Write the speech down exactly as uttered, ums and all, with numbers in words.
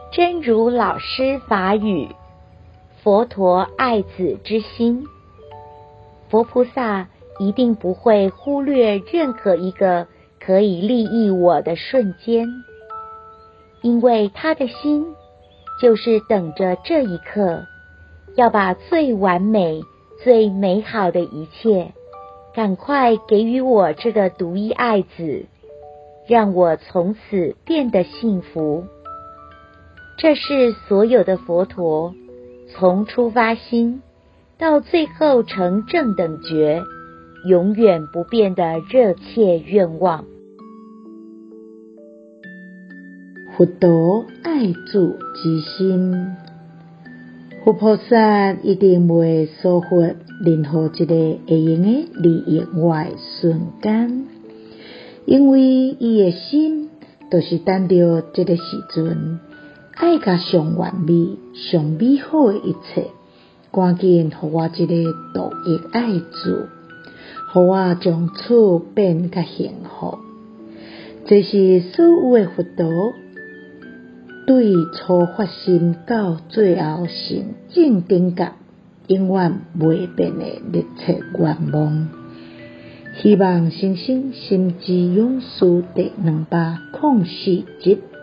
真如老师法语，佛陀爱子之心。佛菩萨一定不会忽略任何一个可以利益我的瞬间，因为他的心就是等着这一刻，要把最完美、最美好的一切赶快给予我这个独一爱子，让我从此变得幸福。这是所有的佛陀从出发心到最后成正等觉永远不变的热切愿望。 佛陀爱子之心，佛菩萨一定袂疏忽任何一个会用的利益我的瞬间，因为伊的心就是等着这个时阵，爱甲上完美、上美好的一切，赶紧互我一个独一爱子，互我从此变甲幸福。这是所有的佛陀对初发心到最后成正等觉永远袂变的热切愿望。希望新生心之勇士第两百零四集。